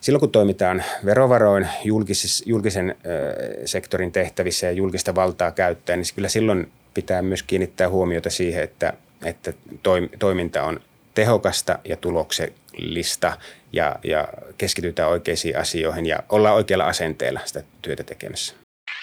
silloin kun toimitaan verovaroin julkisen sektorin tehtävissä ja julkista valtaa käyttäen, niin kyllä silloin pitää myös kiinnittää huomiota siihen, että toiminta on tehokasta ja tuloksellista ja keskitytään oikeisiin asioihin ja ollaan oikealla asenteella sitä työtä tekemässä.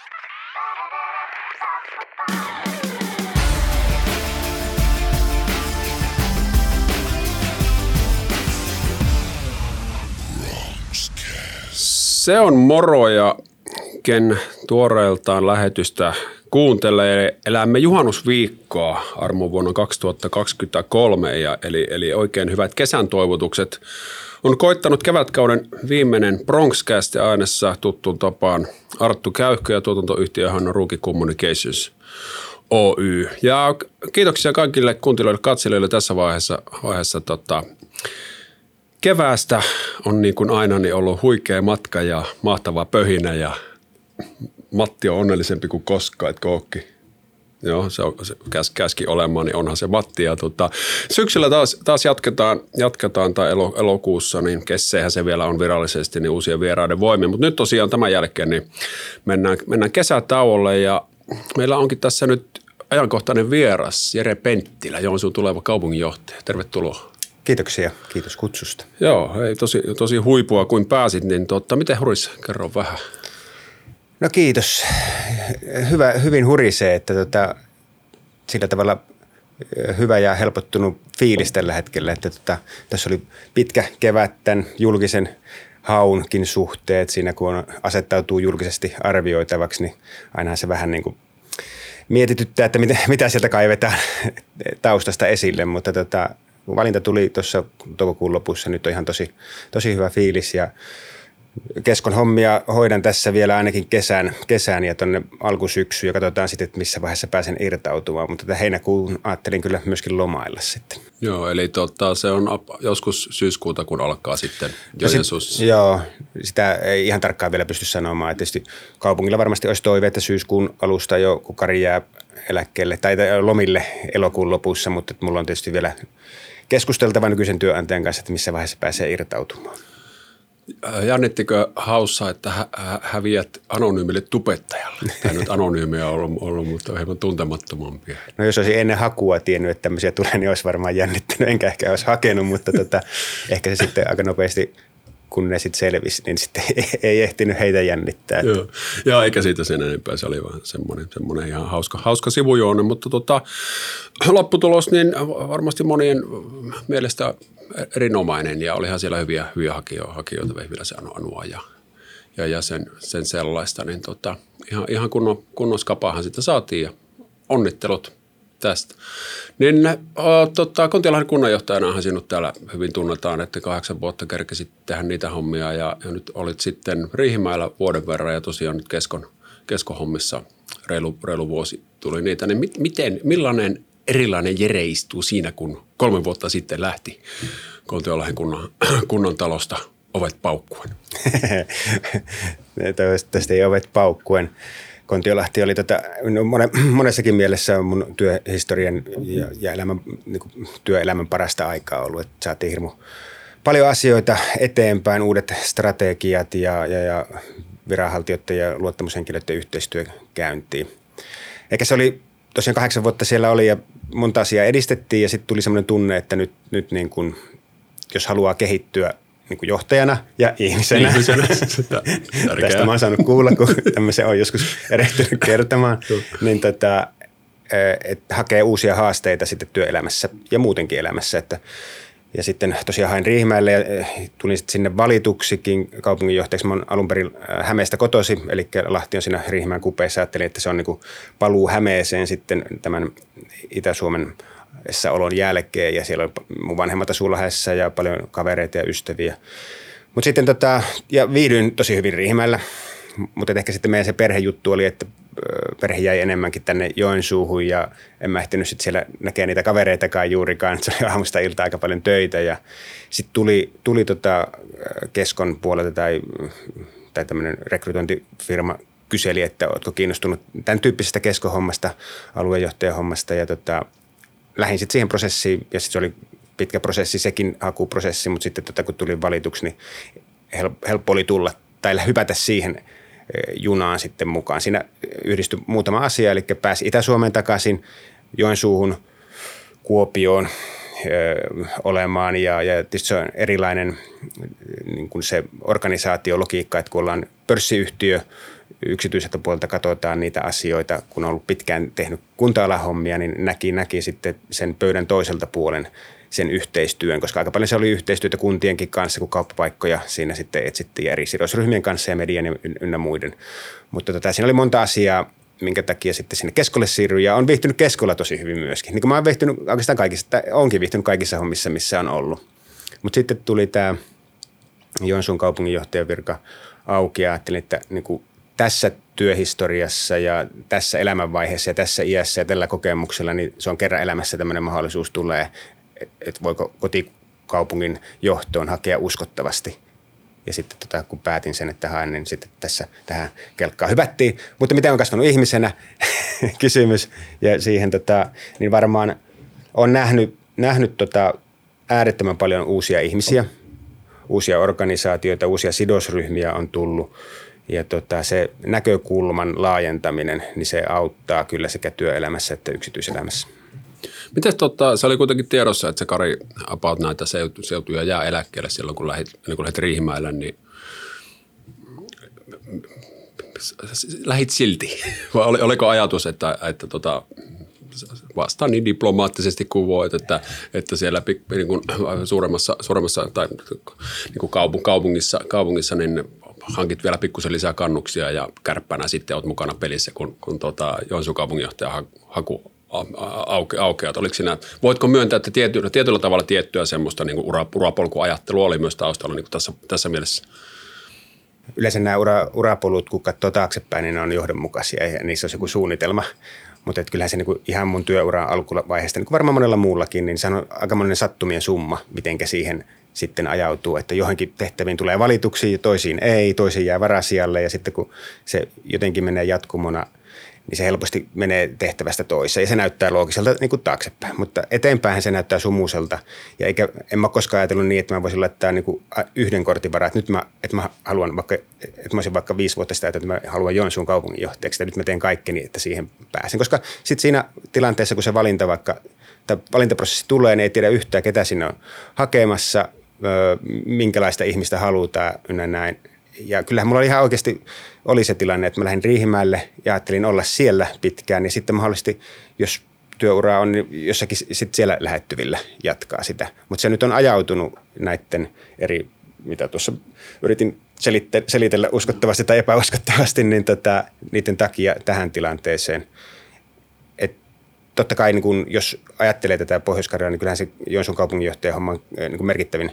Se on moro ja ken tuoreeltaan lähetystä kuuntelee. Elämme juhannusviikkoa armovuonna 2023 eli oikein hyvät kesän toivotukset. On koittanut kevätkauden viimeinen Bronxcast ja äänessä tuttuun tapaan Arttu Käyhkö ja tuotantoyhtiöhän on Rookie Communications Oy. Ja kiitoksia kaikille kuuntelijoille katselijoille tässä vaiheessa keväästä on niin kuin aina niin ollut huikea matka ja mahtava pöhinä ja Matti on onnellisempi kuin koskaan, että kookki. Joo, se käski olemaan, niin onhan se Matti. Ja syksyllä taas jatketaan tai elokuussa, niin kesseihän se vielä on virallisesti niin uusien vieraiden voimia. Mutta nyt tosiaan tämän jälkeen niin mennään kesätauolle ja meillä onkin tässä nyt ajankohtainen vieras Jere Penttilä, Joensuun tuleva kaupunginjohtaja. Tervetuloa. Kiitoksia. Kiitos kutsusta. Joo, tosi huipua kuin pääsit, niin miten huris? Kerro vähän. No kiitos. Hyvin hurisee, että sillä tavalla hyvä ja helpottunut fiilis tällä hetkellä, että tässä oli pitkä kevät tämän julkisen haunkin suhteet siinä, kun asettautuu julkisesti arvioitavaksi, niin ainahan se vähän niin kuin mietityttää, että mitä sieltä kaivetaan taustasta esille, mutta valinta tuli tuossa toukokuun lopussa, nyt on ihan tosi hyvä fiilis ja keskon hommia hoidan tässä vielä ainakin kesän ja tuonne alkusyksyyn ja katsotaan sitten, että missä vaiheessa pääsen irtautumaan, mutta heinäkuun ajattelin kyllä myöskin lomailla sitten. Joo, eli se on joskus syyskuuta, kun alkaa sitten Joensuussa. Joo, sitä ei ihan tarkkaan vielä pysty sanomaan. Tietysti kaupungilla varmasti olisi toive, että syyskuun alusta jo, kun Kari jää eläkkeelle tai lomille elokuun lopussa, mutta mulla on tietysti vielä keskusteltava nykyisen työnantajan kanssa, että missä vaiheessa pääsee irtautumaan. Jännittikö haussa, että häviät anonyymille tubettajalle? Tämä nyt anonyymiä on ollut, mutta on hieman tuntemattomampia. No jos olisi ennen hakua tiennyt, että tämmöisiä tulee, niin olisi varmaan jännittänyt, enkä ehkä olisi hakenut, mutta ehkä se sitten aika nopeasti, kun ne sitten selvisi, niin sitten ei ehtinyt heitä jännittää. Joo, eikä siitä sen enempää, se oli vaan semmoinen ihan hauska sivujoone, mutta lopputulos niin varmasti monien mielestä erinomainen ja olihan siellä hyviä hakijoita, Vehviläisen Anua ja sen sellaista, niin ihan kunnon skapahan sitä saatiin ja onnittelut tästä. Niin Kontiolahden kunnanjohtajanahan sinut täällä hyvin tunnetaan, että 8 vuotta kerkesit tehdä niitä hommia ja nyt olit sitten Riihimäellä vuoden verran ja tosiaan nyt keskohommissa reilu vuosi tuli niitä. Niin millainen erilainen Jere istuu siinä, kun 3 vuotta sitten lähti Kontiolahden kunnan talosta ovet paukkuen? Toivottavasti ei ovet paukkuen. Kontiolahti oli monessakin mielessä mun työhistorian ja työelämän parasta aikaa ollut. Että saatiin hirmu paljon asioita eteenpäin, uudet strategiat ja viranhaltijoiden ja luottamushenkilöiden yhteistyö käyntiin. Eikä se oli tosiaan 8 vuotta siellä oli ja monta asiaa edistettiin ja sitten tuli semmoinen tunne, että nyt niin kuin, jos haluaa kehittyä niin kuin johtajana ja ihmisenä. Tästä mä oon saanut kuulla, kun tämmöisen on joskus erehtynyt kertomaan, niin että hakee uusia haasteita sitten työelämässä ja muutenkin elämässä. Ja sitten tosiaan hain Riihimäelle ja tulin sitten sinne valituksikin kaupunginjohtajaksi. Mä oon alun perin Hämeestä kotosi, eli Lahti on siinä Riihimäen kupeessa. Ajattelin, että se on niin kuin paluu Hämeeseen sitten tämän Itä-Suomen olon jälkeen ja siellä oli mun vanhemmat asuu Lahdessa ja paljon kavereita ja ystäviä. Mutta sitten ja viihdyin tosi hyvin Riihimäellä, mutta ehkä sitten meidän se perhejuttu oli, että perhe jäi enemmänkin tänne Joensuuhun ja en mä ehtinyt sitten siellä näkeä niitä kavereitakaan juurikaan. Se oli aamusta iltaa aika paljon töitä ja sitten tuli keskon puolelta tai tämmöinen rekrytointifirma kyseli, että ootko kiinnostunut tämän tyyppisestä keskohommasta, aluejohtajahommasta ja lähdin sitten siihen prosessiin ja sitten se oli pitkä prosessi, sekin hakuprosessi, mutta sitten kun tulin valituksi, niin helppo oli tulla tai hypätä siihen junaan sitten mukaan. Siinä yhdistyi muutama asia, eli pääsi Itä-Suomeen takaisin, Joensuuhun, Kuopioon olemaan ja tietysti se on erilainen niin kuin se organisaatiologiikka, että kun ollaan pörssiyhtiö, yksityiseltä puolelta katsotaan niitä asioita, kun on ollut pitkään tehnyt kunta-alahommia, niin näki sitten sen pöydän toiselta puolen sen yhteistyön, koska aika paljon se oli yhteistyötä kuntienkin kanssa, kun kauppapaikkoja siinä sitten etsittiin eri sidosryhmien kanssa ja median ynnä muiden. Mutta siinä oli monta asiaa, minkä takia sitten sinne Keskolle siirryin ja on viihtynyt Keskolla tosi hyvin myöskin. Niin kuin mä oon viihtynyt oikeastaan onkin viihtynyt kaikissa hommissa, missä on ollut. Mutta sitten tuli tämä Joensuun kaupunginjohtajan virka auki ja ajattelin, että niin kuin tässä työhistoriassa ja tässä elämänvaiheessa ja tässä iässä ja tällä kokemuksella, niin se on kerran elämässä tämmöinen mahdollisuus tulee, että voiko kotikaupungin johtoon hakea uskottavasti. Ja sitten kun päätin sen, että haen, niin sitten tässä tähän kelkkaan hypättiin. Mutta miten on kasvanut ihmisenä, kysymys. Ja siihen niin varmaan on nähnyt äärettömän paljon uusia ihmisiä, uusia organisaatioita, uusia sidosryhmiä on tullut. Ja se näkökulman laajentaminen, niin se auttaa kyllä sekä työelämässä että yksityiselämässä. Miten se oli kuitenkin tiedossa, että se Kari about näitä seutuja jää eläkkeelle silloin, kun lähdit Riihimäelle, niin lähit silti? Vai oliko ajatus, että vastaan niin diplomaattisesti kuin voit, että siellä niin kuin suuremmassa tai niin kuin kaupungissa niin hankit vielä pikkusen lisää kannuksia ja kärppänä sitten olet mukana pelissä, kun Joensuun kaupunginjohtaja haku aukeat. Oliko siinä, voitko myöntää, että tietyllä tavalla tiettyä semmoista niin kuin urapolkuajattelua oli myös taustalla niin kuin tässä mielessä? Yleensä nämä urapolut, kun katsoo taaksepäin, niin ne on johdonmukaisia ja niissä on joku suunnitelma. Mutta kyllähän se niin ihan mun työuran alkuvaiheesta, niin kuin varmaan monella muullakin, niin se on aika monen sattumien summa, mitenkä siihen sitten ajautuu, että johonkin tehtäviin tulee valituksia, toisiin ei, toisiin jää varasijalle ja sitten kun se jotenkin menee jatkumona, niin se helposti menee tehtävästä toiseen ja se näyttää loogiselta niin kuin taaksepäin, mutta eteenpäin se näyttää sumuselta ja en mä koskaan ajatellut niin, että mä voisin laittaa niin kuin yhden kortin varaa, että nyt mä haluan että mä olisin vaikka 5 vuotta sitä, että mä haluan Joensuun kaupunginjohtajaksi ja nyt mä teen kaikkeni, että siihen pääsen, koska sitten siinä tilanteessa, kun se valintaprosessi tulee, niin ei tiedä yhtään, ketä sinne on hakemassa, minkälaista ihmistä halutaan ynnä näin. Ja kyllähän mulla ihan oikeasti oli se tilanne, että mä lähdin Riihimäelle ja ajattelin olla siellä pitkään. Ja sitten mahdollisesti, jos työura on, niin jossakin sitten siellä lähettyvillä jatkaa sitä. Mutta se nyt on ajautunut näiden eri, mitä tuossa yritin selitellä uskottavasti tai epäuskottavasti, niin niiden takia tähän tilanteeseen. Et totta kai niin kun, jos ajattelee tätä Pohjois-Karjalaa, niin kyllähän se Joensuun kaupunginjohtajan homma on niin merkittävin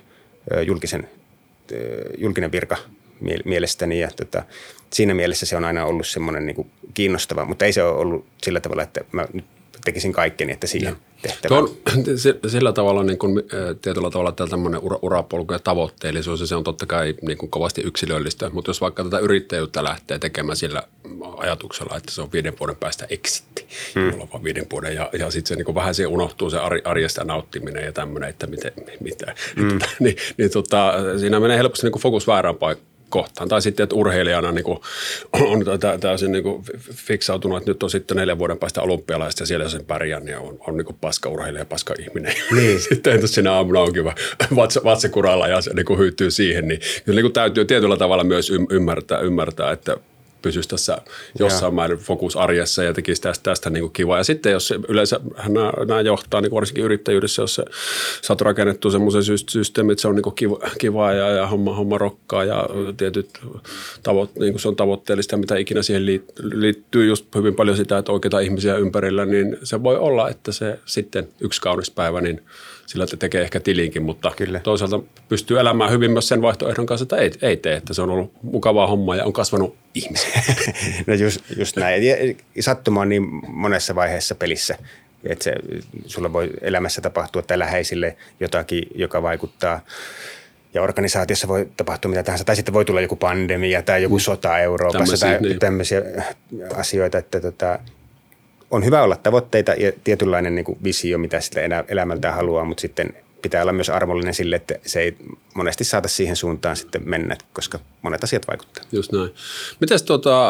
julkinen virka mielestäni ja siinä mielessä se on aina ollut semmoinen niin kuin kiinnostava, mutta ei se ole ollut sillä tavalla, että mä nyt tekisin kaikkeni, että siihen tehtävään. Sillä tavalla niin kuin, tietyllä tavalla tämmöinen urapolku ja tavoitteellisuus ja se on totta kai niin kuin kovasti yksilöllistä, mutta jos vaikka tätä yrittäjyyttä lähtee tekemään sillä ajatuksella, että se on 5 vuoden päästä exitti, mulla on vaan 5 vuoden ja sitten se niin kuin vähän siihen unohtuu se arjesta nauttiminen ja tämmöinen, että mitä. Siinä menee helposti niin kuin fokus väärään paikkaan. Kohtaan. Tai sitten, että urheilijana niin kuin, on täysin niin kuin fiksautunut, että nyt on sitten 4 vuoden päästä olympialaiset ja siellä sen pärjään, niin on niin kuin paska urheilija, paska ihminen. Niin. Sitten entäs siinä aamuna onkin vaan vatsakuralla ja se niin kuin hyytyy siihen. Niin kyllä niin kuin täytyy tietyllä tavalla myös ymmärtää, että pysyisi tässä jossain määrin fokus arjessa ja tekisi tästä niin kuin kivaa. Ja sitten jos yleensä nämä johtaa, niin varsinkin yrittäjyydessä, jos sä oot rakennettu semmoisen systeemin, että se on niin kuin kivaa ja homma rokkaa ja tietyt niin kuin se on tavoitteellista, mitä ikinä siihen liittyy just hyvin paljon sitä, että oikeita ihmisiä ympärillä, niin se voi olla, että se sitten yksi kaunis päivä, niin sillä tekee ehkä tilinkin, mutta kyllä. Toisaalta pystyy elämään hyvin myös sen vaihtoehdon kanssa, että ei tee, että se on ollut mukavaa hommaa ja on kasvanut ihmisiä. No just näin. Sattuma on niin monessa vaiheessa pelissä, että sulla voi elämässä tapahtua tai läheisille jotakin, joka vaikuttaa. Ja organisaatiossa voi tapahtua mitä tahansa. Tai sitten voi tulla joku pandemia tai joku sota Euroopassa tai tämmöisiä asioita, että on hyvä olla tavoitteita ja tietynlainen niin kuin visio, mitä sitä elämältä haluaa, mutta sitten pitää olla myös armollinen sille, että se ei monesti saata siihen suuntaan sitten mennä, koska monet asiat vaikuttaa. Just näin. Mites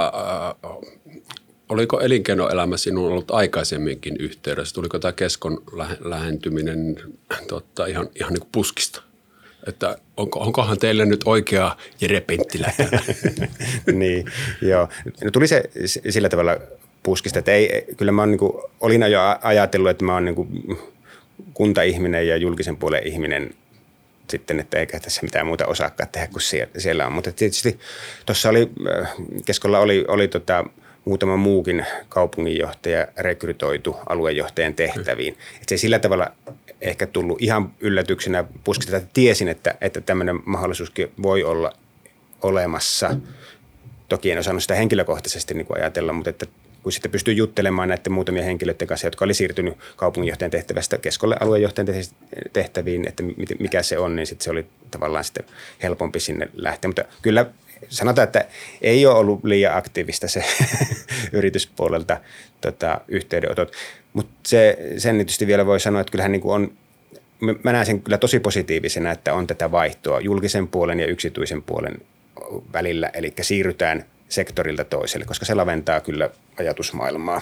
oliko elinkeinoelämä sinun ollut aikaisemminkin yhteydessä? Tuliko tämä keskon lähentyminen ihan niin kuin puskista? Että onkohan teille nyt oikea Jere Penttilä? Niin, joo. No tuli se sillä tavalla puskista, että kyllä mä olin jo ajatellut, että mä oon niin kuin kuntaihminen ja julkisen puolen ihminen sitten, että eikä tässä mitään muuta osaakaan tehdä kuin siellä on. Mutta tietysti tuossa keskolla oli muutama muukin kaupunginjohtaja rekrytoitu aluejohtajan tehtäviin. Että se ei sillä tavalla ehkä tullut ihan yllätyksenä puskista, että tiesin, että tämmöinen mahdollisuuskin voi olla olemassa. Toki en osannut sitä henkilökohtaisesti niin kuin ajatella, mutta että kun sitten pystyy juttelemaan näiden muutamia henkilöiden kanssa, jotka oli siirtynyt kaupunginjohtajan tehtävästä keskolle aluejohtajan tehtäviin, että mikä se on, niin sitten se oli tavallaan sitten helpompi sinne lähteä. Mutta kyllä sanotaan, että ei ole ollut liian aktiivista se yrityspuolelta yhteydenotot, mutta sen tietysti vielä voi sanoa, että kyllähän niin kuin on, mä näen sen kyllä tosi positiivisena, että on tätä vaihtoa julkisen puolen ja yksityisen puolen välillä, eli siirrytään sektorilta toiselle, koska se laventaa kyllä ajatusmaailmaa.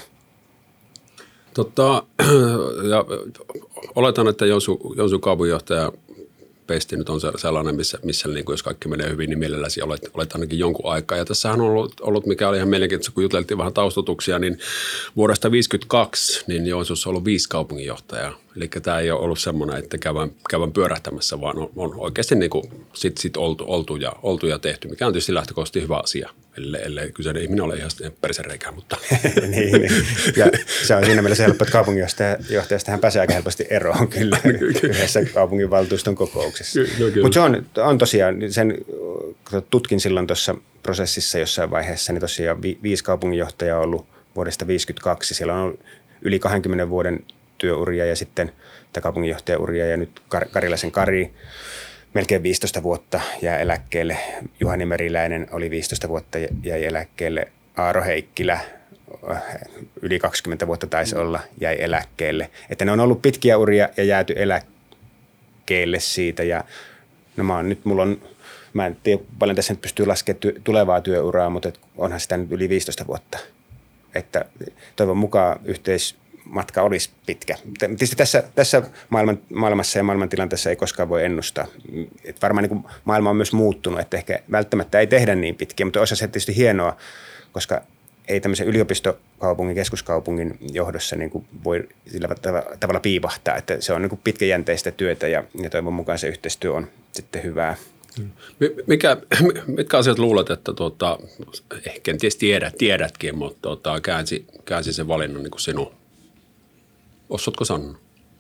Ja oletan, että Joensuun kaupunginjohtaja pesti nyt on sellainen, missä niin kuin jos kaikki menee hyvin, niin mielelläsi olet ainakin jonkun aikaa. Ja tässähän on ollut, mikä oli ihan mielenkiintoista, kun juteltiin vähän taustatuksia, niin vuodesta 1952 niin Joensuussa on ollut 5 kaupunginjohtajaa. Eli tämä ei ole ollut semmoinen, että käydään pyörähtämässä, vaan on oikeasti niin kuin sit oltu ja tehty, mikä on tietysti lähtökohtaisesti hyvä asia, ellei kyseinen ihminen ole ihan persereikää, mutta... niin. Ja se on siinä mielessä helppo, että kaupunginjohtajasta hän pääsee aika helposti eroon kyllä yhdessä kaupunginvaltuuston kokouksessa. Mutta se on tosiaan, sen tutkin silloin tuossa prosessissa jossain vaiheessa, niin tosiaan 5 kaupunginjohtajaa on ollut vuodesta 1952. Siellä on ollut yli 20 vuoden työuria ja sitten kaupunginjohtajauria ja nyt Karilaisen Kari melkein 15 vuotta jää eläkkeelle. Juhani Meriläinen oli 15 vuotta jäi eläkkeelle. Aaro Heikkilä yli 20 vuotta taisi olla, jäi eläkkeelle. Että ne on ollut pitkiä uria ja jääty eläkkeelle siitä ja no mä en tiedä paljon tässä nyt pystyy laskemaan tulevaa työuraa, mutta onhan sitä nyt yli 15 vuotta. Että toivon mukaan matka olisi pitkä. Tietysti tässä maailmassa ja maailmantilanteessa ei koskaan voi ennustaa. Et varmaan niin maailma on myös muuttunut, että ehkä välttämättä ei tehdä niin pitkiä, mutta olisi se tietysti hienoa, koska ei tämmöisen yliopistokaupungin, keskuskaupungin johdossa niin kuin voi sillä tavalla piipahtaa, että se on niin kuin pitkäjänteistä työtä ja toivon mukaan se yhteistyö on sitten hyvää. Mitkä asiat luulet, että ehkä en tiedätkin, mutta käänsi sen valinnan niin kuin sinun? Osaatko sanoa?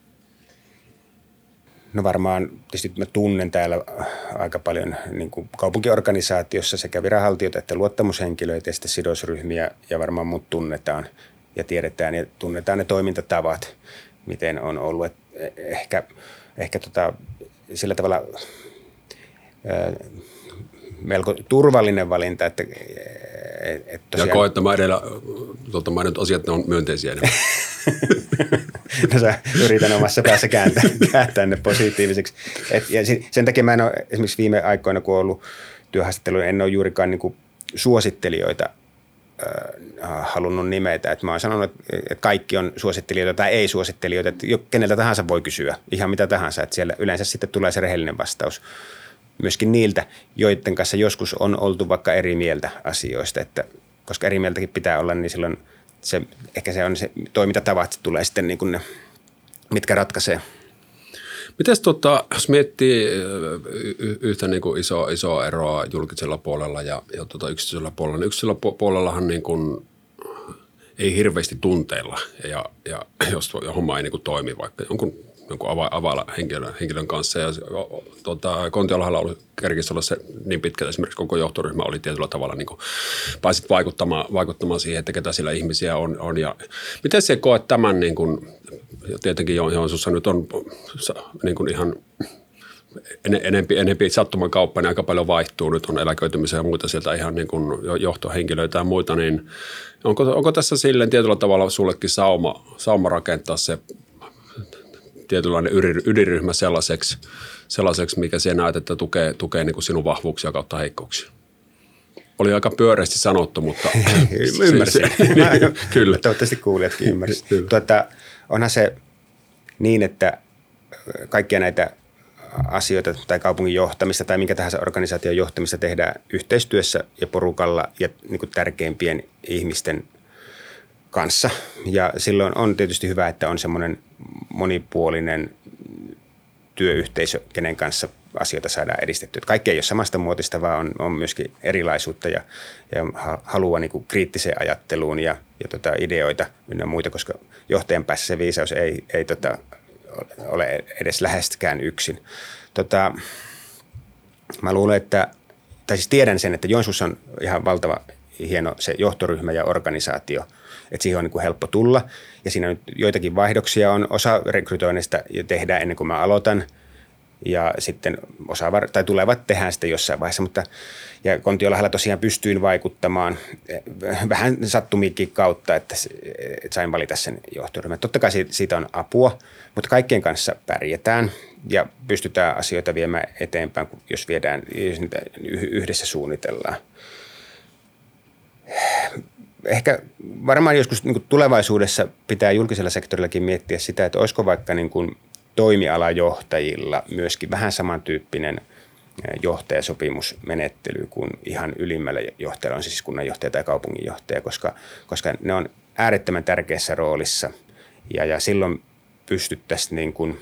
No varmaan tietysti mä tunnen täällä aika paljon niin kuin kaupunkiorganisaatiossa sekä viranhaltijoita että luottamushenkilöitä ja sitten sidosryhmiä ja varmaan mut tunnetaan ja tiedetään ja tunnetaan ne toimintatavat, miten on ollut. Ehkä sillä tavalla melko turvallinen valinta, että tosiaan... Ja koet nämä edellä mainitut asiat, ne on myönteisiä enemmän. No sä yritän omassa päässä kääntää ne positiiviseksi. Ja sen takia mä en ole esimerkiksi viime aikoina, kun on ollut työhaastatteluja, en ole juurikaan niin kuin suosittelijoita halunnut nimetä. Että mä oon sanonut, että kaikki on suosittelijoita tai ei-suosittelijoita. Että keneltä tahansa voi kysyä, ihan mitä tahansa. Että siellä yleensä sitten tulee se rehellinen vastaus. Myöskin niiltä, joiden kanssa joskus on oltu vaikka eri mieltä asioista, että koska eri mieltäkin pitää olla, niin silloin ehkä se on se toimintatavat tulee sitten niin kuin ne, mitkä ratkaisee. Mites jos miettii yhtä niin kuin isoa eroa julkisella puolella ja yksityisellä puolella, niin yksityisellä puolellahan niin kuin ei hirveästi tunteilla ja jos homma ei niin kuin toimi vaikka jonkun availla henkilön kanssa. Ja Kontiolahdella kerkisi olla se niin pitkä, esimerkiksi koko johtoryhmä oli tietyllä tavalla, niin kuin pääsit vaikuttamaan siihen, että ketä sillä ihmisiä on. Ja miten se koet tämän, niin kuin, ja tietenkin Joensuussa nyt on niin kuin ihan enempi sattuman kauppa, niin aika paljon vaihtuu. Nyt on eläköitymisiä ja muita sieltä ihan niin kuin johtohenkilöitä ja muita, niin onko tässä silleen tietyllä tavalla sullekin sauma rakentaa se tietynlainen ydinryhmä sellaiseksi, mikä sinä näet, että tukee niin kuin sinun vahvuuksia kautta heikkouksia. Oli aika pyöreästi sanottu, mutta ymmärsin. Kyllä. Toivottavasti kuulijatkin ymmärsivät. Onhan se niin, että kaikkia näitä asioita tai kaupungin johtamista tai minkä tahansa organisaation johtamista tehdään yhteistyössä ja porukalla ja niin kuin tärkeimpien ihmisten kanssa. Ja silloin on tietysti hyvä, että on semmoinen monipuolinen työyhteisö, kenen kanssa asioita saadaan edistettyä. Kaikki ei ole samasta muotista, vaan on myöskin erilaisuutta ja halua niin kuin kriittiseen ajatteluun ja ideoita ynnä muita, koska johtajan päässä se viisaus ei ole edes läheskään yksin. Mä luulen, tai siis tiedän sen, että Joensuussa on ihan valtava hieno se johtoryhmä ja organisaatio, että siihen on niin kuin helppo tulla. Ja siinä nyt joitakin vaihdoksia on, osa rekrytoinnista tehdään ennen kuin mä aloitan, ja sitten tulevat tehdään sitten jossain vaiheessa, ja Kontiolahella tosiaan pystyin vaikuttamaan vähän sattumiikin kautta, että sain valita sen johtoryhmän. Totta kai siitä on apua, mutta kaikkien kanssa pärjätään ja pystytään asioita viemään eteenpäin, jos niitä yhdessä suunnitellaan. Ehkä varmaan joskus niin kuin tulevaisuudessa pitää julkisella sektorillakin miettiä sitä, että olisiko vaikka niin kuin toimialajohtajilla myöskin vähän samantyyppinen johtajasopimusmenettely kuin ihan ylimmällä johtajalla, on siis kunnanjohtaja tai kaupunginjohtaja, koska ne on äärettömän tärkeässä roolissa ja silloin pystyttäisiin, niin kuin,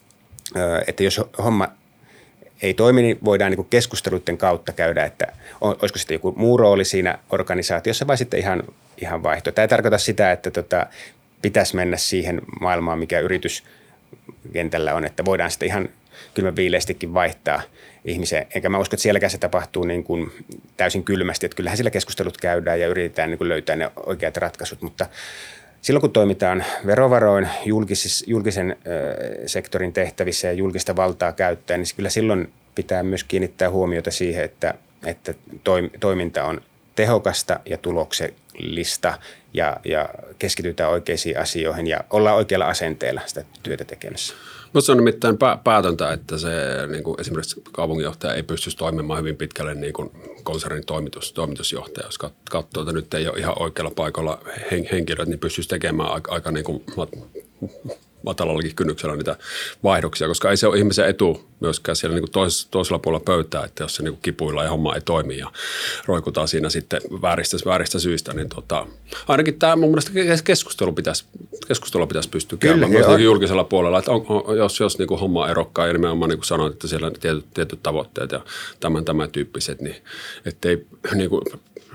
että jos homma ei toimi, niin voidaan niin kuin keskusteluiden kautta käydä, että olisiko sitten joku muu rooli siinä organisaatiossa vai sitten ihan vaihto. Tämä ei tarkoita sitä, että pitäisi mennä siihen maailmaan, mikä yrityskentällä on, että voidaan sitten ihan kylmän viileästikin vaihtaa ihmisiä. Enkä mä usko, että sielläkään se tapahtuu niin kuin täysin kylmästi, että kyllähän sillä keskustelut käydään ja yritetään niin kuin löytää ne oikeat ratkaisut, mutta silloin kun toimitaan verovaroin julkisen sektorin tehtävissä ja julkista valtaa käyttäen, niin kyllä silloin pitää myös kiinnittää huomiota siihen, että toiminta on tehokasta ja tuloksellista ja keskitytään oikeisiin asioihin ja ollaan oikealla asenteella sitä työtä tekemässä. Mutta se on nimittäin päätöntä, että se niin kuin esimerkiksi kaupunginjohtaja ei pystyisi toimimaan hyvin pitkälle niin kuin konsernin toimitusjohtaja. Jos katsoo, että nyt ei ole ihan oikealla paikalla henkilöt, niin pystyisi tekemään aika niin kuin matalallakin kynnyksellä niitä vaihdoksia, koska ei se ole ihmisen etu myöskään siellä niin kuin toisella puolella pöytää, että jos se niin kuin kipuillaan ja homma ei toimi ja roikutaan siinä sitten vääristä syistä, niin ainakin tämä mun mielestä keskustelua pitäisi pystyä käymään myös julkisella puolella, että jos niin kuin homma erokkaa ja nimenomaan niin kuin sanoit, että siellä on tietyt tavoitteet ja tämän tyyppiset, niin ettei niin kuin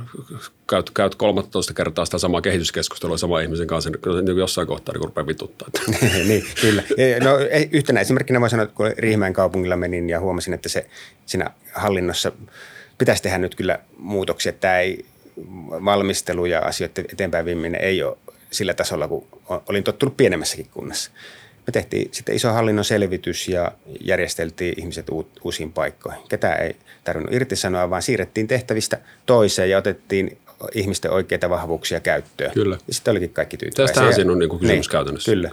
käyt 13 kertaa sitä samaa kehityskeskustelua saman ihmisen kanssa, niin jossain kohtaa niin rupeaa vituttaa. Niin, kyllä. No, yhtenä esimerkkinä voi sanoa, että kun Riihimäen kaupungilla menin ja huomasin, että siinä hallinnossa pitäisi tehdä nyt kyllä muutoksia. Tämä valmistelu ja asioiden eteenpäin vieminen ei ole sillä tasolla, kun olin tottunut pienemmässäkin kunnassa. Me tehtiin sitten iso hallinnon selvitys ja järjesteltiin ihmiset uusiin paikkoihin. Ketään ei tarvinnut irtisanoa, vaan siirrettiin tehtävistä toiseen ja otettiin ihmisten oikeita vahvuuksia käyttöön. Kyllä. Ja sitten olikin kaikki tyytyväisiä. Tästähän siinä on niin kuin kysymys käytännössä. Kyllä.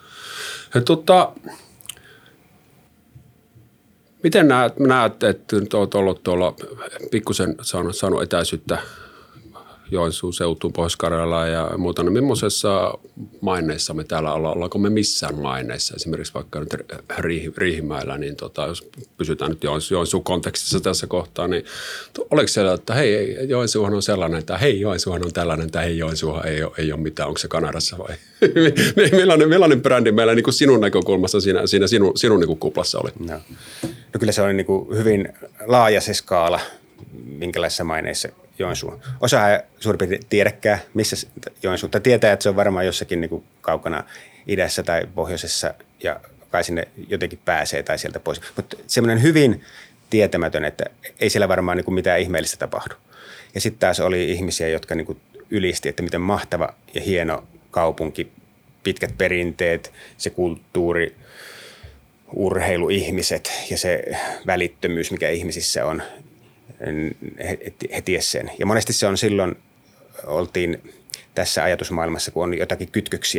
Miten näet, että olet ollut tuolla pikkusen saanut etäisyyttä Joensuun seutuun, Pohjois-Karjalaan ja muuta, niin millaisessa maineissa me täällä ollaan? Ollaanko me missään maineissa? Esimerkiksi vaikka nyt Riihimäellä, niin jos pysytään nyt Joensuun kontekstissa tässä kohtaa, niin oliko siellä, että hei, Joensuuhan on sellainen, tai hei, Joensuuhan on tällainen, tai hei, Joensuuhan ei ole mitään, onko se Kanadassa vai? millainen brändi meillä niin kuin sinun näkökulmasta siinä sinun niin kuin kuplassa oli? No kyllä se oli niin kuin hyvin laaja se skaala, minkälaisissa maineissa Joensuu. Osa ei suurin piirtein tiedäkään, missä Joensuu, tai tietää, että se on varmaan jossakin niin kuin kaukana idässä tai pohjoisessa, ja kai sinne jotenkin pääsee tai sieltä pois. Mutta semmoinen hyvin tietämätön, että ei siellä varmaan niin kuin mitään ihmeellistä tapahdu. Ja sitten taas oli ihmisiä, jotka niin kuin ylisti, että miten mahtava ja hieno kaupunki, pitkät perinteet, se kulttuuri, urheiluihmiset ja se välittömyys, mikä ihmisissä on. He tiesi sen. Ja monesti se on silloin, oltiin tässä ajatusmaailmassa, kun on jotakin kytköksiä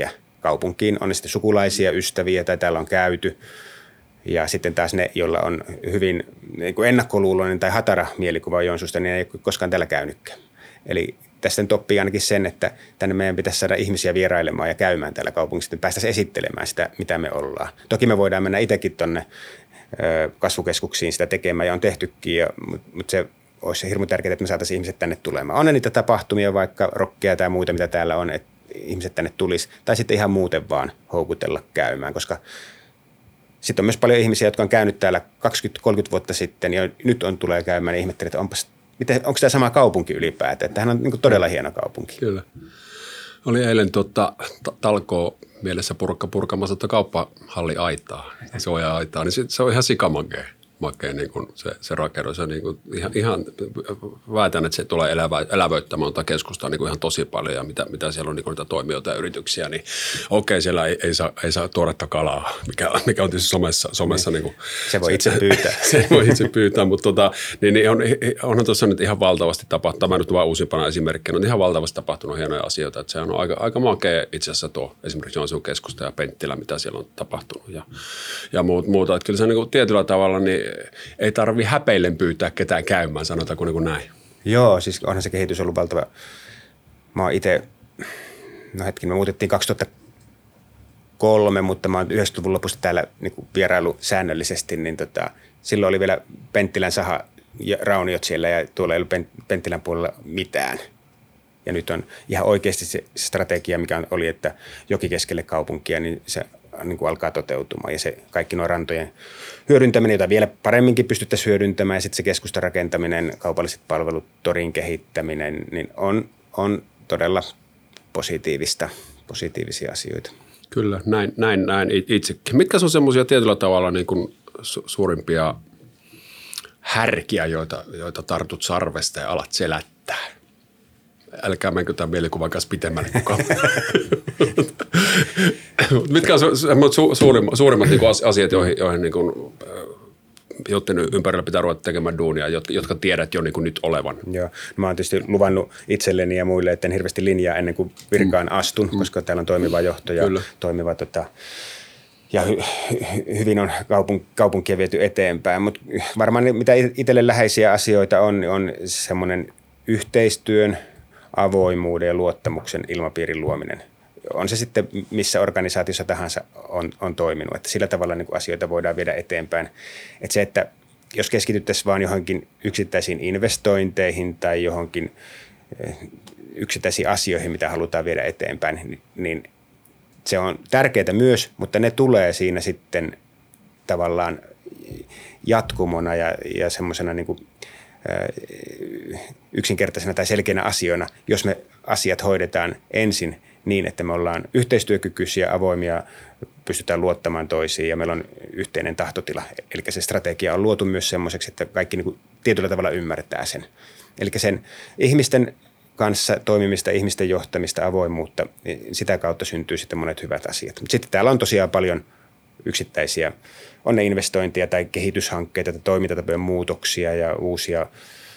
kaupunkiin, on ne sitten sukulaisia, ystäviä tai täällä on käyty. Ja sitten taas ne, joilla on hyvin niin kuin ennakkoluuloinen tai hatara mielikuva Joensuusta, niin ei ole koskaan täällä käynytkään. Eli tästä nyt oppii ainakin sen, että tänne meidän pitäisi saada ihmisiä vierailemaan ja käymään täällä kaupungissa, että päästäisiin esittelemään sitä, mitä me ollaan. Toki me voidaan mennä itsekin tuonne kasvukeskuksiin sitä tekemään ja on tehtykin, mutta se olisi hirmu tärkeää, että me saataisiin ihmiset tänne tulemaan. On ne niitä tapahtumia, vaikka rockia tai muita, mitä täällä on, että ihmiset tänne tulisi. Tai sitten ihan muuten vaan houkutella käymään, koska sitten on myös paljon ihmisiä, jotka on käynyt täällä 20-30 vuotta sitten ja nyt tulee käymään ja ihmettelee, että onko tämä sama kaupunki ylipäätään. Tämähän on niin kuin todella hieno kaupunki. Kyllä. Oli eilen talkoo mielessä purkamassa kauppahalli-aitaa, suoja-aitaa, niin se on ihan sikamakea. Niin kuin se rakennus. Ja niin kuin ihan väitän, että se tulee elävöittämään keskustaa niin kuin ihan tosi paljon ja mitä siellä on niin kuin niitä toimijoita ja yrityksiä, niin okei, siellä ei saa tuoretta kalaa, mikä on tietysti somessa niin kuin, se voi itse pyytää. Se voi itse pyytää, mutta niin onhan tuossa nyt ihan valtavasti tapahtunut, tämä nyt vaan uusimpana esimerkkinä, on ihan valtavasti tapahtunut hienoja asioita, että se on aika makea itse asiassa tuo esimerkiksi Joensuun keskusta ja Penttilä, mitä siellä on tapahtunut ja muuta, että kyllä se niin kuin tietyllä tavalla niin ei tarvitse häpeillen pyytää ketään käymään, sanotaanko niin kuin näin. Joo, siis onhan se kehitys ollut valtava. Mä oon itse, me muutettiin 2003, mutta mä oon 90-luvun lopusta täällä niin vierailu säännöllisesti, niin silloin oli vielä Penttilän saha ja rauniot siellä ja tuolla ei ollut Penttilän puolella mitään. Ja nyt on ihan oikeasti se strategia, mikä oli, että joki keskelle kaupunkia, niin se niin kuin alkaa toteutumaan. Ja se kaikki nuo rantojen hyödyntäminen, jota vielä paremminkin pystyttäisiin hyödyntämään, ja sitten se keskustan rakentaminen, kaupalliset palvelut, torin kehittäminen, niin on todella positiivisia asioita. Kyllä, näin itsekin. Mitkä on semmoisia tietyllä tavalla niin kuin suurimpia härkiä, joita tartut sarvesta ja alat selättää? Älkää menkö tämän mielikuvan kanssa pitemmälle mukaan. Mitkä on suurimmat niin kuin asiat, joihin niin kuin, joiden ympärillä pitää ruveta tekemään duunia, jotka tiedät jo niin kuin nyt olevan? Joo. Mä oon tietysti luvannut itselleni ja muille, että en hirveästi linjaa ennen kuin virkaan astun, koska täällä on toimiva johto ja toimiva ja hyvin on kaupunkia viety eteenpäin. Mutta varmaan mitä itselle läheisiä asioita on semmoinen yhteistyön, avoimuuden ja luottamuksen ilmapiirin luominen. On se sitten missä organisaatiossa tahansa on toiminut, että sillä tavalla niin kuin asioita voidaan viedä eteenpäin. Että se, että jos keskityttäisiin vaan johonkin yksittäisiin investointeihin tai johonkin yksittäisiin asioihin, mitä halutaan viedä eteenpäin, niin se on tärkeää myös, mutta ne tulee siinä sitten tavallaan jatkumona ja semmoisena niin kuin yksinkertaisena tai selkeänä asioina, jos me asiat hoidetaan ensin niin, että me ollaan yhteistyökykyisiä, avoimia, pystytään luottamaan toisiin ja meillä on yhteinen tahtotila. Eli se strategia on luotu myös semmoiseksi, että kaikki niin kuin tietyllä tavalla ymmärtää sen. Eli sen ihmisten kanssa toimimista, ihmisten johtamista, avoimuutta, niin sitä kautta syntyy sitten monet hyvät asiat. Mutta sitten täällä on tosiaan paljon yksittäisiä, on ne investointeja tai kehityshankkeita tai toimintatapojen muutoksia ja uusia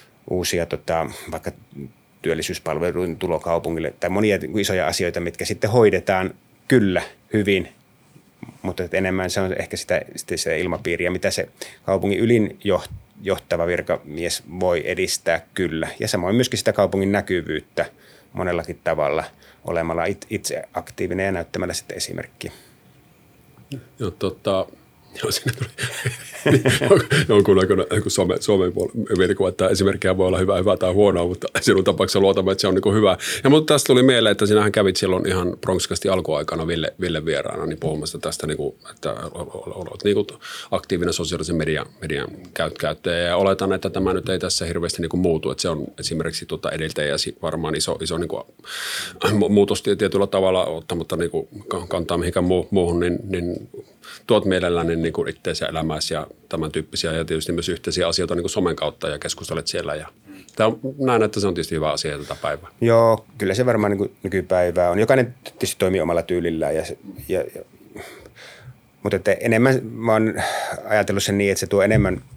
vaikka työllisyyspalveluiden tulo kaupungille tai monia isoja asioita, mitkä sitten hoidetaan kyllä hyvin, mutta enemmän se on ehkä sitä ilmapiiriä, mitä se kaupungin ylin johtava virkamies voi edistää kyllä. Ja samoin myöskin sitä kaupungin näkyvyyttä monellakin tavalla olemalla itse aktiivinen ja näyttämällä sitten esimerkkiä. Joo, joo, siinä tuli jonkunnäköinen Suomen mielikuva, että esimerkkiä voi olla hyvä tai huonoa, mutta sinun tapauksessa luotamme, että se on niin hyvä. Ja mutta tästä tuli mieleen, että sinähän kävit silloin ihan Bronxcastin alkuaikana Ville vieraana, niin puhumassa tästä, niin kuin, että olet niin kuin aktiivinen sosiaalisen median käyttäjä. Ja oletan, että tämä nyt ei tässä hirveästi niin kuin muutu, että se on esimerkiksi edeltäjäsi varmaan iso niin kuin muutos tietyllä tavalla ottamatta niin kuin kantaa mihinkään muuhun, niin tuot mielelläni niin kuin itseäsi ja elämääsi ja tämän tyyppisiä ja tietysti myös yhteisiä asioita niin kuin somen kautta ja keskustelet siellä. Ja näen, että se on tietysti hyvä asia tätä päivää. Joo, kyllä se varmaan niin kuin nykypäivää on. Jokainen tietysti toimii omalla tyylillään. Mutta että enemmän mä oon ajatellut sen niin, että se tuo enemmän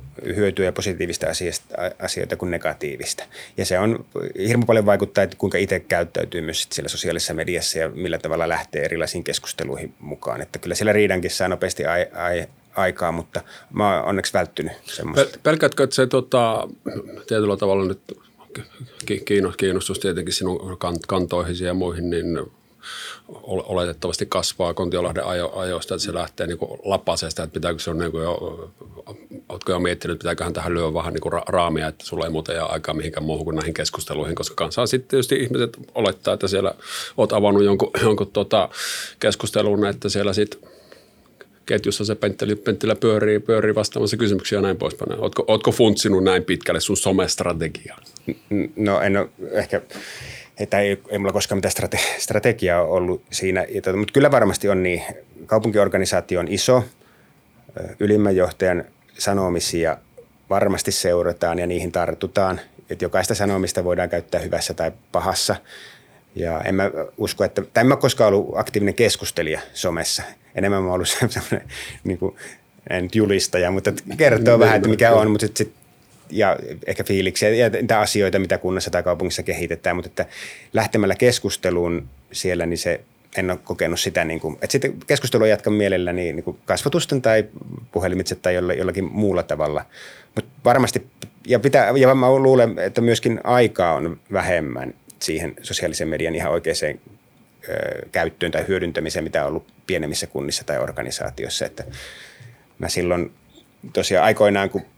hyötyä ja positiivista asioita kuin negatiivista. Ja se on hirmu paljon vaikuttaa, että kuinka itse käyttäytyy myös siellä sosiaalisessa mediassa ja millä tavalla lähtee erilaisiin keskusteluihin mukaan. Että kyllä siellä riidankin saa nopeasti aikaa, mutta mä oon onneksi välttynyt semmoista. Pelkäätkö, että se tietyllä tavalla nyt kiinnostus tietenkin sinun kantoihin ja muihin, niin oletettavasti kasvaa Kontiolahden ajoista, että se lähtee niin lapasesta, että pitääkö se on niin kuin oletko jo miettinyt, että pitääköhän tähän lyö vähän niin kuin raamia, että sulla ei muuten jää aikaa mihinkään muuhun kuin näihin keskusteluihin, koska kansaa sitten tietysti ihmiset olettaa, että siellä olet avannut jonkun keskustelun, että siellä sitten ketjussa se penttilä pyörii vastaamassa kysymyksiä ja näin poispäin. Ootko funtsinut näin pitkälle sun somestrategiaa? No en ole ehkä, ei mulla koskaan mitään strategiaa ollut siinä, mutta kyllä varmasti on niin. Kaupunkiorganisaatio on iso, ylimmän johtajan sanomisia varmasti seurataan ja niihin tartutaan. Että jokaista sanomista voidaan käyttää hyvässä tai pahassa. Ja en mä usko, että, tai en mä koskaan ollut aktiivinen keskustelija somessa. Enemmän mä oon ollut sellainen, niin kuin, en nyt julistaja, mutta kertoo vähän, että mikä on, mutta ja ehkä fiiliksiä ja niitä asioita, mitä kunnassa tai kaupungissa kehitetään, mutta että lähtemällä keskusteluun siellä, niin se en ole kokenut sitä, niin kuin, että sitten keskustelua jatkan mielelläni niin kuin kasvotusten tai puhelimitse tai jollakin muulla tavalla. Mutta varmasti, ja mä luulen, että myöskin aikaa on vähemmän siihen sosiaalisen median ihan oikeaan käyttöön tai hyödyntämiseen, mitä on ollut pienemmissä kunnissa tai organisaatioissa. Että mä silloin tosiaan aikoinaan, kun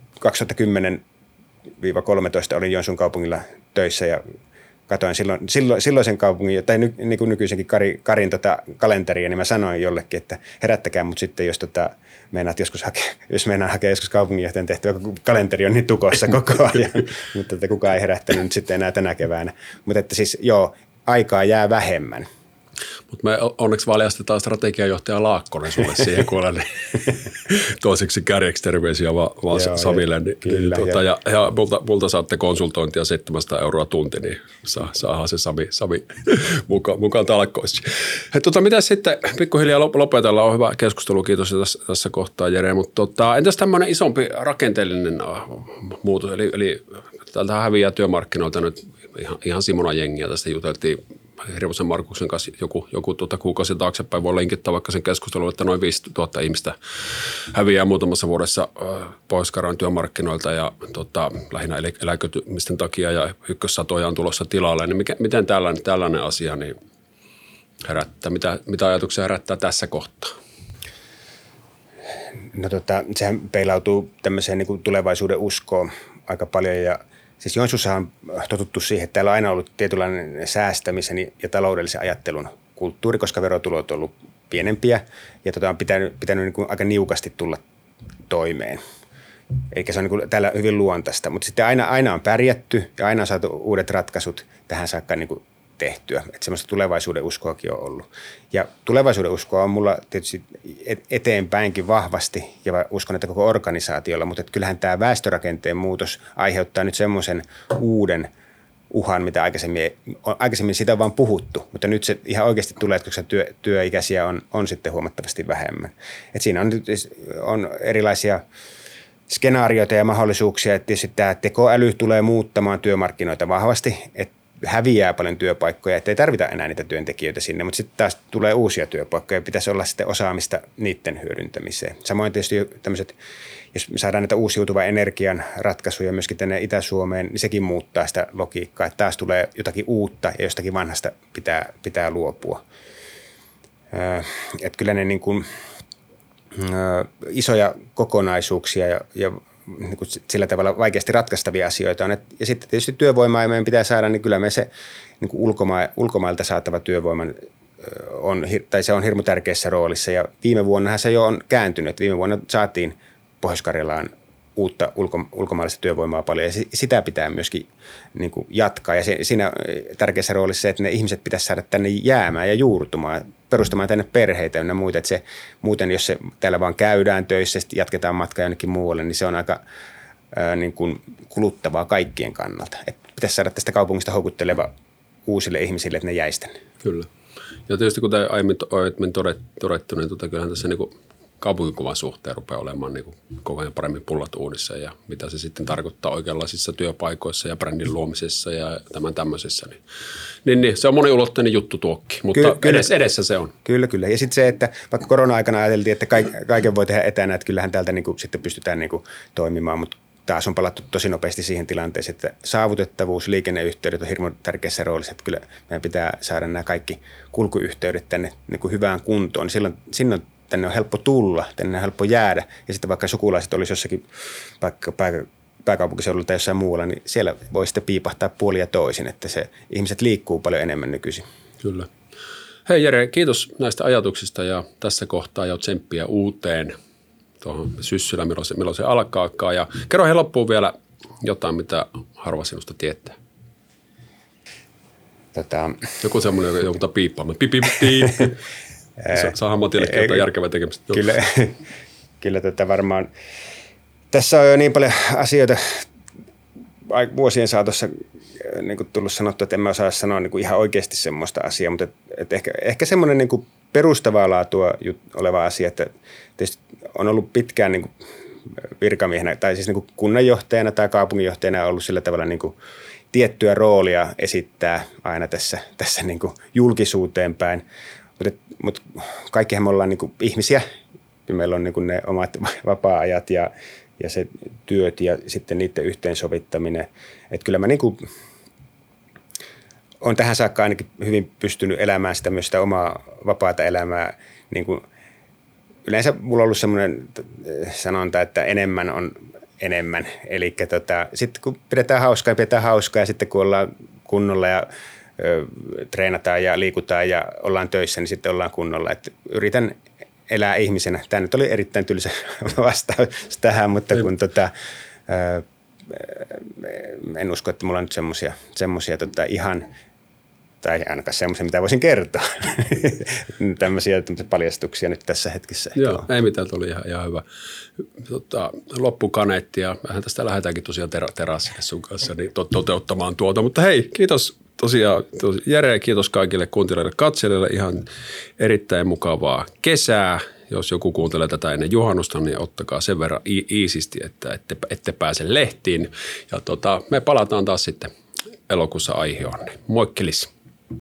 2010-2013 olin Joensuun kaupungilla töissä ja katsoin silloisen kaupungin, tai niin kuin nykyisenkin Karin kalenteria, niin mä sanoin jollekin, että herättäkää mut sitten, jos meinaa hakea joskus kaupunginjohtajan tehtävä, kun kalenteri on niin tukossa koko ajan, mutta että kukaan ei herättänyt nyt sitten enää tänä keväänä. Mutta että siis joo, aikaa jää vähemmän. Mutta me onneksi valjastetaan strategiajohtaja Laakkonen sulle siihen, kun olen toiseksi kärjeksi terveisiä vaan Saville. Ja multa saatte konsultointia 700 € tunti, niin saadaan se Savi mukaan talkoissa. Mitä sitten, pikkuhiljaa lopetellaan, on hyvä keskustelu, kiitos tässä kohtaa Jere, mutta entäs tämmöinen isompi rakenteellinen muutos, eli täältä häviää työmarkkinoilta nyt ihan Simonan jengiä, tästä juteltiin Hirvosen Markuksen kanssa joku kuukausi taaksepäin, voi linkittää vaikka sen keskustelun, että noin 5 000 ihmistä häviää muutamassa vuodessa Pohjois-Karjalan työmarkkinoilta ja lähinnä eläköitymisten takia ja ykkössatoja on tulossa tilalle. Niin miten tällainen asia niin herättää? Mitä ajatuksia herättää tässä kohtaa? No sehän peilautuu tämmöiseen niin kuin tulevaisuuden uskoon aika paljon ja siis Joensuussa on totuttu siihen, että täällä on aina ollut tietynlainen säästämisen ja taloudellisen ajattelun kulttuuri, koska verotulot on ollut pienempiä ja on pitänyt niin kuin aika niukasti tulla toimeen. Eli se on niin kuin täällä hyvin luontaista, mutta sitten aina on pärjätty ja aina on saatu uudet ratkaisut tähän saakka niin kuin tehtyä. Että semmoista tulevaisuuden uskoakin on ollut. Ja tulevaisuuden uskoa on mulla tietysti eteenpäinkin vahvasti ja uskon, että koko organisaatiolla, mutta kyllähän tämä väestörakenteen muutos aiheuttaa nyt semmoisen uuden uhan, mitä aikaisemmin siitä on vaan puhuttu, mutta nyt se ihan oikeasti tulee, että koska työikäisiä on sitten huomattavasti vähemmän. Et siinä on erilaisia skenaarioita ja mahdollisuuksia, että tietysti tämä tekoäly tulee muuttamaan työmarkkinoita vahvasti, että häviää paljon työpaikkoja, ettei tarvita enää niitä työntekijöitä sinne, mutta sitten taas tulee uusia työpaikkoja ja pitäisi olla sitten osaamista niiden hyödyntämiseen. Samoin tietysti tämmöiset, jos me saadaan näitä uusiutuvan energian ratkaisuja myöskin tänne Itä-Suomeen, niin sekin muuttaa sitä logiikkaa, että taas tulee jotakin uutta ja jostakin vanhasta pitää luopua. Että kyllä ne niin kuin, isoja kokonaisuuksia ja niin kuin sillä tavalla vaikeasti ratkaistavia asioita on. Ja sitten tietysti työvoimaa meidän pitää saada, niin kyllä me se niin kuin ulkomailta saatava työvoiman se on hirmu tärkeässä roolissa. Ja viime vuonnahan se jo on kääntynyt. Viime vuonna saatiin Pohjois-Karjalaan uutta ulkomaalaista työvoimaa paljon ja sitä pitää myöskin niin kuin jatkaa. Ja siinä tärkeässä roolissa se, että ne ihmiset pitäisi saada tänne jäämään ja juurtumaan, perustamaan tänne perheitä ja muita. Että se, muuten, jos se täällä vaan käydään töissä ja jatketaan matkaa jonnekin muualle, niin se on aika niin kuin kuluttavaa kaikkien kannalta. Että pitäisi saada tästä kaupungista houkutteleva uusille ihmisille, että ne jäisi tänne. Kyllä. Ja tietysti kuten aiemmin todettu, niin kyllähän tässä niin kuin kaupunkikuvan suhteen rupeaa olemaan niin kuin koko ajan paremmin pullat uudissa ja mitä se sitten tarkoittaa oikeanlaisissa työpaikoissa ja brändin luomisessa ja tämän tämmöisessä. Niin se on moniulotteinen juttu tuokki, mutta edessä se on. Kyllä. Ja sitten se, että vaikka korona-aikana ajateltiin, että kaiken voi tehdä etänä, että kyllähän täältä niin kuin sitten pystytään niin kuin toimimaan, mutta taas on palattu tosi nopeasti siihen tilanteeseen, että saavutettavuus, liikenneyhteydet on hirveän tärkeässä roolissa, että kyllä meidän pitää saada nämä kaikki kulkuyhteydet tänne niin kuin hyvään kuntoon. Silloin tänne on helppo tulla, tänne on helppo jäädä ja sitten vaikka sukulaiset olisi jossakin vaikka pääkaupunkiseudulla tai jossain muualla, niin siellä voi sitten piipahtaa puolin ja toisin, että se ihmiset liikkuu paljon enemmän nykyisin. Kyllä. Hei Jere, kiitos näistä ajatuksista ja tässä kohtaa jo tsemppiä uuteen tuohon syssyllä, milloin se alkaakaan. Ja kerro he loppuun vielä jotain, mitä harva sinusta tietää. Joku semmoinen, jota piippaamaan. Saadaan Matille kertaa järkevää tekemistä. Kyllä varmaan. Tässä on jo niin paljon asioita vuosien saatossa niin kuin tullut sanottua, että en mä osaa sanoa niin kuin ihan oikeasti semmoista asiaa, mutta että ehkä semmoinen niin kuin perustavaa laatua oleva asia, että tietysti on ollut pitkään niin kuin virkamiehenä tai siis niin kuin kunnanjohtajana tai kaupunginjohtajana ollut sillä tavalla niin kuin tiettyä roolia esittää aina tässä niin kuin julkisuuteen päin, mutta kaikkihan me ollaan niin kuin ihmisiä ja meillä on niin kuin ne omat vapaa-ajat ja se työt ja sitten niiden yhteensovittaminen. Että kyllä mä niin kuin olen tähän saakka ainakin hyvin pystynyt elämään myös sitä omaa vapaata elämää. Niin kuin yleensä mulla on ollut semmoinen sanonta, että enemmän on enemmän. Eli sitten kun pidetään hauskaa ja sitten kun ollaan kunnolla ja treenataan ja liikutaan ja ollaan töissä, niin sitten ollaan kunnolla. Et yritän elää ihmisenä. Tämä nyt oli erittäin tylsä vastaus tähän, mutta kun en usko, että mulla on nyt semmoisia ihan, tai ainakaan semmoisia, mitä voisin kertoa. tämmöisiä paljastuksia nyt tässä hetkessä. Joo, ei mitään, tuli ihan hyvä loppukaneetti ja vähän tästä lähdetäänkin tosiaan terassille sun kanssa niin toteuttamaan tuota. Mutta hei, kiitos tosiaan Jere, kiitos kaikille kuuntelijoille katselijoille, ihan erittäin mukavaa kesää. Jos joku kuuntelee tätä ennen juhannusta, niin ottakaa sen verran iisisti, että ette pääse lehtiin. Ja me palataan taas sitten elokuussa aiheonne. Moikkelis!